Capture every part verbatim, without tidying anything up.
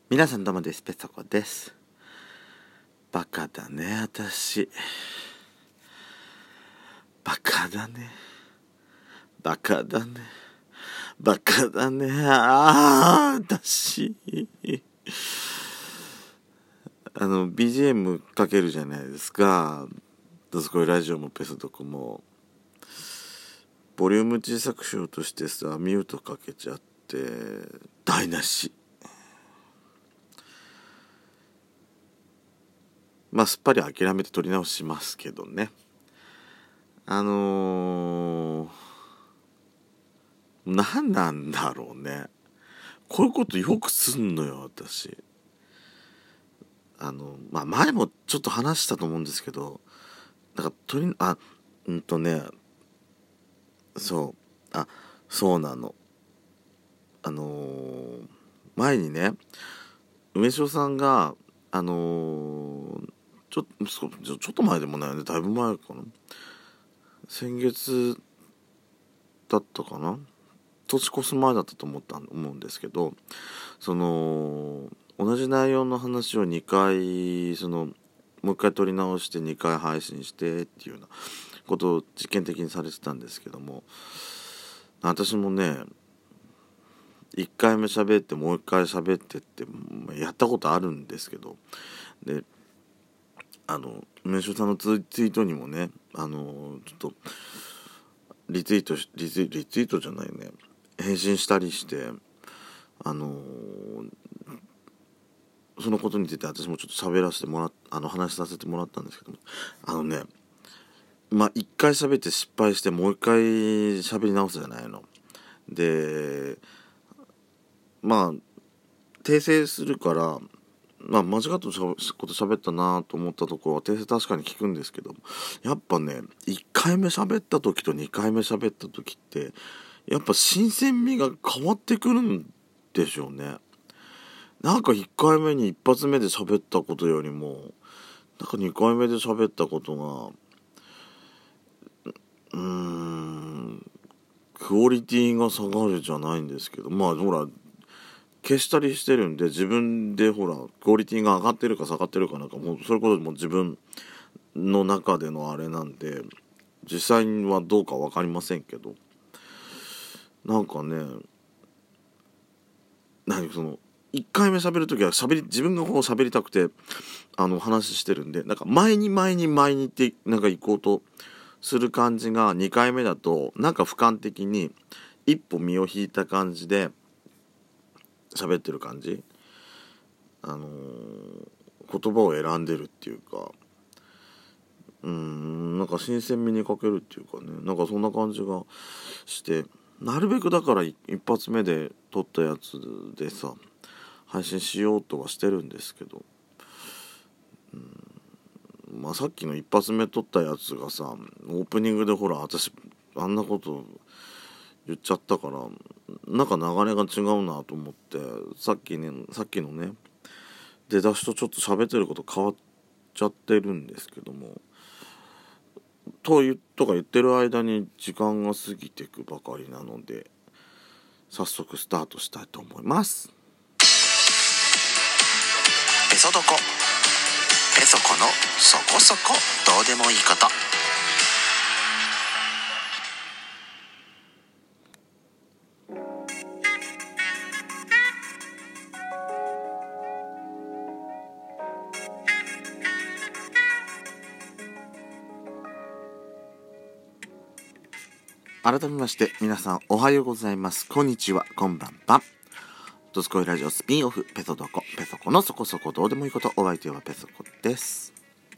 皆さんどうもです。ペソコです。バカだね私。バカだねバカだねバカだねああ私あの ビージーエム かけるじゃないですか。どすこいラジオもペソドコもボリューム小さくしようとしてさ、ミュートかけちゃって台無し。まあすっぱり諦めて撮り直しますけどね。あのー、何なんだろうね。こういうことよくすんのよ私。あのまあ前もちょっと話したと思うんですけど、だからとりあうんとねそうあそうなのあのー、前にね梅塩さんがあのー、ちょちょちょっと前でもないよね、だいぶ前かな、先月だったかな、年越す前だったと思った思うんですけど、その同じ内容の話をにかいそのもう一回撮り直してにかい配信してっていうようなことを実験的にされてたんですけども、私もねいっかいめ喋ってもういっかい喋ってってやったことあるんですけど、であの梅塩さんのツイートにもねあのちょっとリツイートリツイリツイートじゃないね返信したりして、あのそのことについて私もちょっと喋らせてもらっあの話させてもらったんですけども、あのねまあ一回喋って失敗してもう一回喋り直すじゃないので、まあ訂正するから、まあ間違ったこと喋ったなと思ったところは訂正確かに聞くんですけど、やっぱねいっかいめ喋った時とにかいめ喋った時ってやっぱ新鮮味が変わってくるんでしょうね。なんかいっかいめに一発目で喋ったことよりもなんかにかいめで喋ったことがうーんクオリティが下がるじゃないんですけど、まあほら消したりしてるんで自分でほらクオリティが上がってるか下がってるかなんかもうそれこそもう自分の中でのあれなんで実際はどうか分かりませんけど、なんかね何そのいっかいめ喋るときは喋り自分がこう喋りたくてあの話してるんで、なんか前に前に前にってなんか行こうとする感じがにかいめだとなんか俯瞰的に一歩身を引いた感じで喋ってる感じ、あのー、言葉を選んでるっていうか、うーんなんか新鮮味に欠けるっていうかね、なんかそんな感じがして、なるべくだから一発目で撮ったやつでさ配信しようとはしてるんですけど、うんまあさっきの一発目撮ったやつがさオープニングでほら私あんなこと言っちゃったからなんか流れが違うなと思ってさっきねさっきのね出だしとちょっと喋ってること変わっちゃってるんですけども、と言とか言ってる間に時間が過ぎていくばかりなので早速スタートしたいと思います。 ペソドコペソコのそこそこどうでもいいこと。 改めまして皆さんおはようございます、こんにちは、こんばんは。ドスコイラジオスピンオフペソドコペソコのそこそこどうでもいいこと。お相手はペソコです。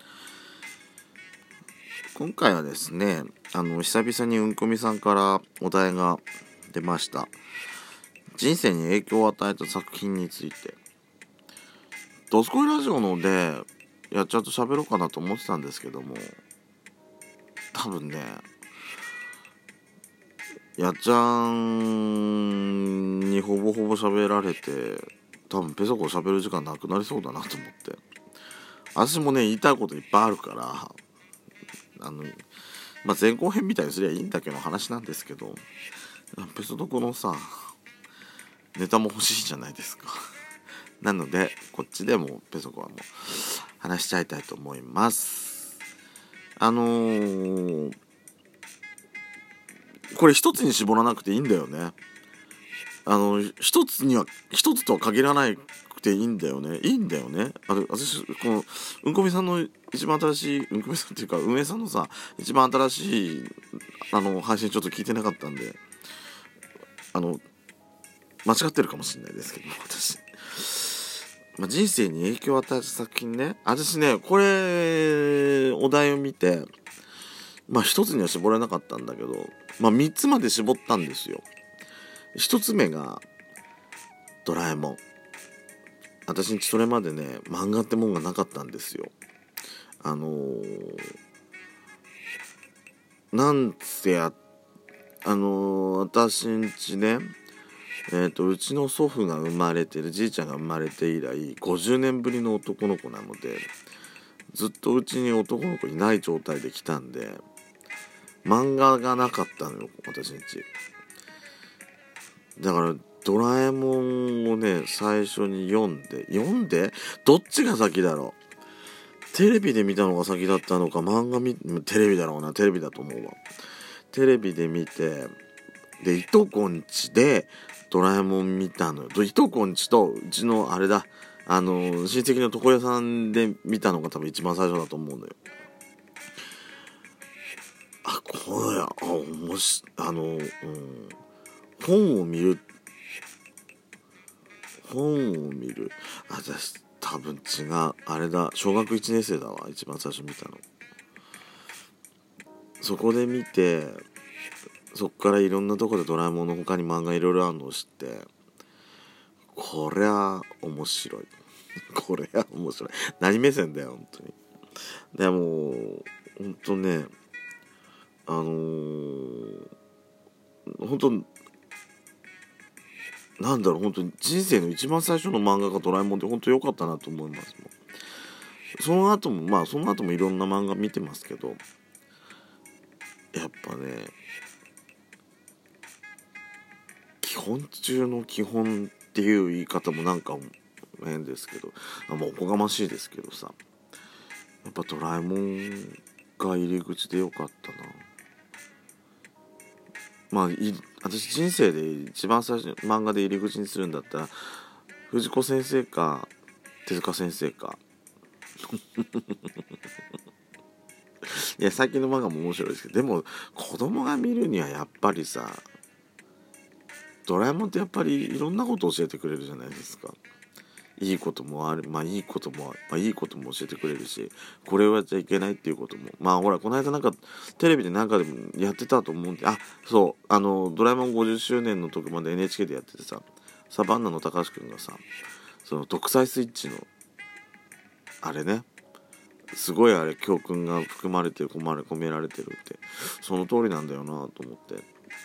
今回はですねあの久々にうんこみさんからお題が出ました。人生に影響を与えた作品についてドスコイラジオのでやっちゃうと喋ろうかなと思ってたんですけども、多分ねやっちゃんにほぼほぼ喋られて多分ペソコ喋る時間なくなりそうだなと思って、私もね言いたいこといっぱいあるからあのまあ前後編みたいにすりゃいいんだけど話なんですけど、ペソドコのさネタも欲しいじゃないですか。 なのでこっちでもペソコはもう話しちゃいたいと思います。あのー、これ一つに絞らなくていいんだよね。あの一つには一つとは限らなくていいんだよね。いいんだよね。あれ私このうんこみさんの一番新しいうんこみさんっていうか運営さんのさ一番新しいあの配信ちょっと聞いてなかったんで、あの間違ってるかもしれないですけど私、まあ、人生に影響を与えた作品ね。私ねこれお題を見てまあ一つには絞れなかったんだけど、まあ三つまで絞ったんですよ。一つ目がドラえもん。私んちそれまでね漫画ってもんがなかったんですよ。あのー、なんせやあのー、私んちねえーとうちの祖父が生まれてるじいちゃんが生まれて以来ごじゅうねんぶりの男の子なので、ずっとうちに男の子いない状態で来たんで漫画がなかったのよ私んち。だからドラえもんをね最初に読んで読んでどっちが先だろう。テレビで見たのが先だったのか漫画見テレビだろうな。テレビだと思うわ。テレビで見てでいとこんちでドラえもん見たのよ。いとこんちとうちのあれだあの親戚の床屋さんで見たのが多分一番最初だと思うのよ。あこれあもしあの、うん、本を見る本を見る私多分違うあれだ小学いちねん生だわ一番最初見たの。そこで見てそっからいろんなとこでドラえもんの他に漫画いろいろあるのを知ってこりゃ面白いこれは面白い何目線だよ本当に。でも本当ねあのー、本当なんだろう本当に人生の一番最初の漫画がドラえもんって本当良かったなと思いますもん。その後もまあその後もいろんな漫画見てますけどやっぱね基本中の基本っていう言い方もなんか変ですけどもうおこがましいですけどさやっぱドラえもんが入り口でよかったな。まあい私人生で一番最初漫画で入り口にするんだったら藤子先生か手塚先生かいや最近の漫画も面白いですけどでも子供が見るにはやっぱりさドラえもんってやっぱりいろんなこと教えてくれるじゃないですか。いいこともあるまあいいことも、まあ、いいことも教えてくれるしこれをやっちゃいけないっていうこともまあほらこの間なんかテレビでなんかでもやってたと思うんであそうあのドラえもんごじゅっしゅうねんの時まで エヌエイチケー でやっててさサバンナの高橋くんがさその特裁スイッチのあれねすごいあれ教訓が含まれてる込まれ込められてるってその通りなんだよなと思って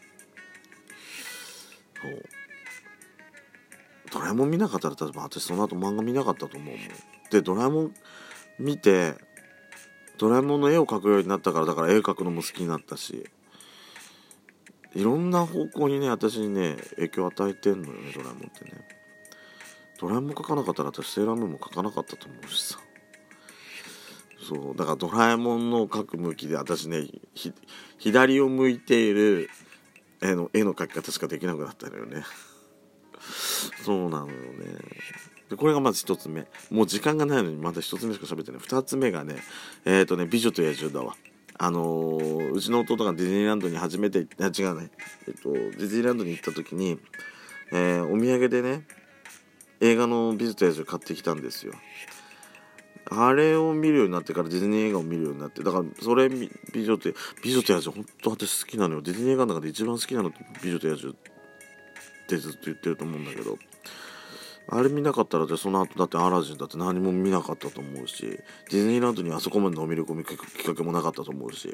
そうドラえもん見なかったら多分私その後漫画見なかったと思うもん。でドラえもん見てドラえもんの絵を描くようになったからだから絵描くのも好きになったしいろんな方向にね私にね影響を与えてんのよねドラえもんってね。ドラえもん描かなかったら私セーラームーンも描かなかったと思うしさそうだからドラえもんの描く向きで私ね左を向いている絵の絵の描き方しかできなくなったのよねそうなのよね。でこれがまず一つ目もう時間がないのにまだ一つ目しか喋ってない。二つ目がねえっ、ー、とね美女と野獣だわ。あのー、うちの弟がディズニーランドに初めてあ違うねえっ、ー、とディズニーランドに行った時に、えー、お土産でね映画の美女と野獣買ってきたんですよ。あれを見るようになってからディズニー映画を見るようになってだからそれ美女と美女と野獣本当私好きなのよ。ディズニー映画の中で一番好きなのって美女と野獣ってずっと言ってると思うんだけどあれ見なかったらでその後だってアラジンだって何も見なかったと思うしディズニーランドにあそこまでのめり込みきっかけもなかったと思うし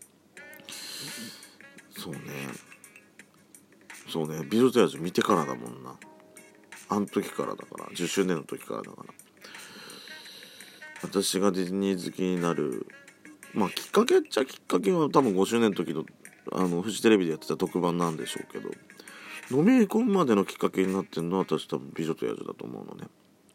そうねそうね美女と野獣見てからだもんな。あの時からだからじゅっしゅうねんの時からだから私がディズニー好きになるまあきっかけっちゃきっかけは多分ごしゅうねんの時のあのフジテレビでやってた特番なんでしょうけどのめり込むまでのきっかけになってるのは私多分美女と野獣だと思うのね。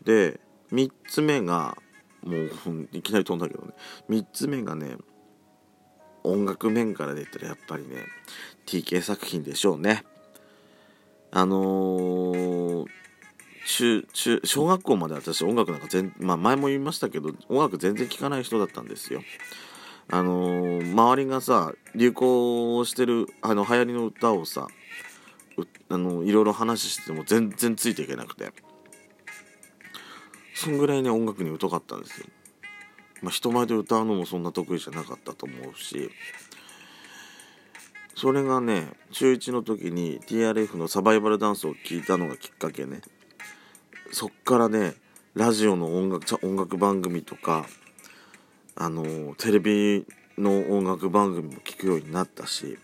でみっつめがもういきなり飛んだけどね、みっつめがね、音楽面から出たらやっぱりね ティーケー 作品でしょうね。あのー、中中小学校まで私音楽なんか全、まあ、前も言いましたけど音楽全然聴かない人だったんですよ。あのー、周りがさ流行してるあの流行りの歌をさあのいろいろ話してても全然ついていけなくて、そんぐらいね音楽に疎かったんですよ。まあ、人前で歌うのもそんな得意じゃなかったと思うし、それがね中いちの時に ティーアールエフ のサバイバルダンスを聴いたのがきっかけね。そっからねラジオの音楽音楽番組とかあのテレビの音楽番組も聴くようになったし、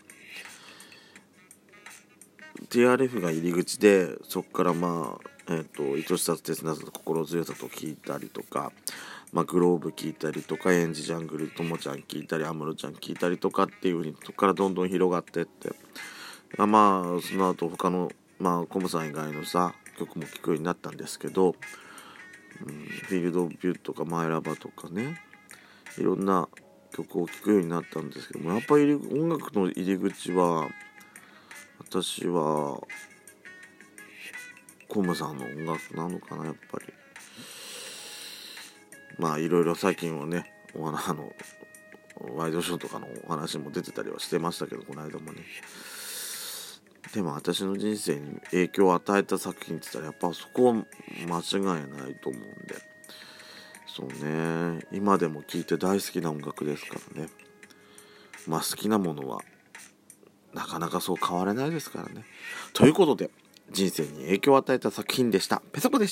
ティーアールエフ が入り口で、そっからまあえっ、ー、と愛しさと切なさと心強さと聞いたりとか、まあ、グローブ聞いたりとかエンジジャングルともちゃん聞いたり安室ちゃん聞いたりとかっていう風にそこからどんどん広がってって、あまあその後他のまあコムさん以外のさ曲も聴くようになったんですけど、うん、フィールド・オブ・ビューとかマイラバとかね、いろんな曲を聴くようになったんですけども、やっぱり音楽の入り口は私はコムさんの音楽なのかな、やっぱり。まあいろいろ最近はねお話あのワイドショーとかのお話も出てたりはしてましたけど、この間もね。でも私の人生に影響を与えた作品って言ったらやっぱそこは間違いないと思うんで、そうね、今でも聴いて大好きな音楽ですからね。まあ好きなものはなかなかそう変われないですからね。ということで人生に影響を与えた作品でした。ペソコでした。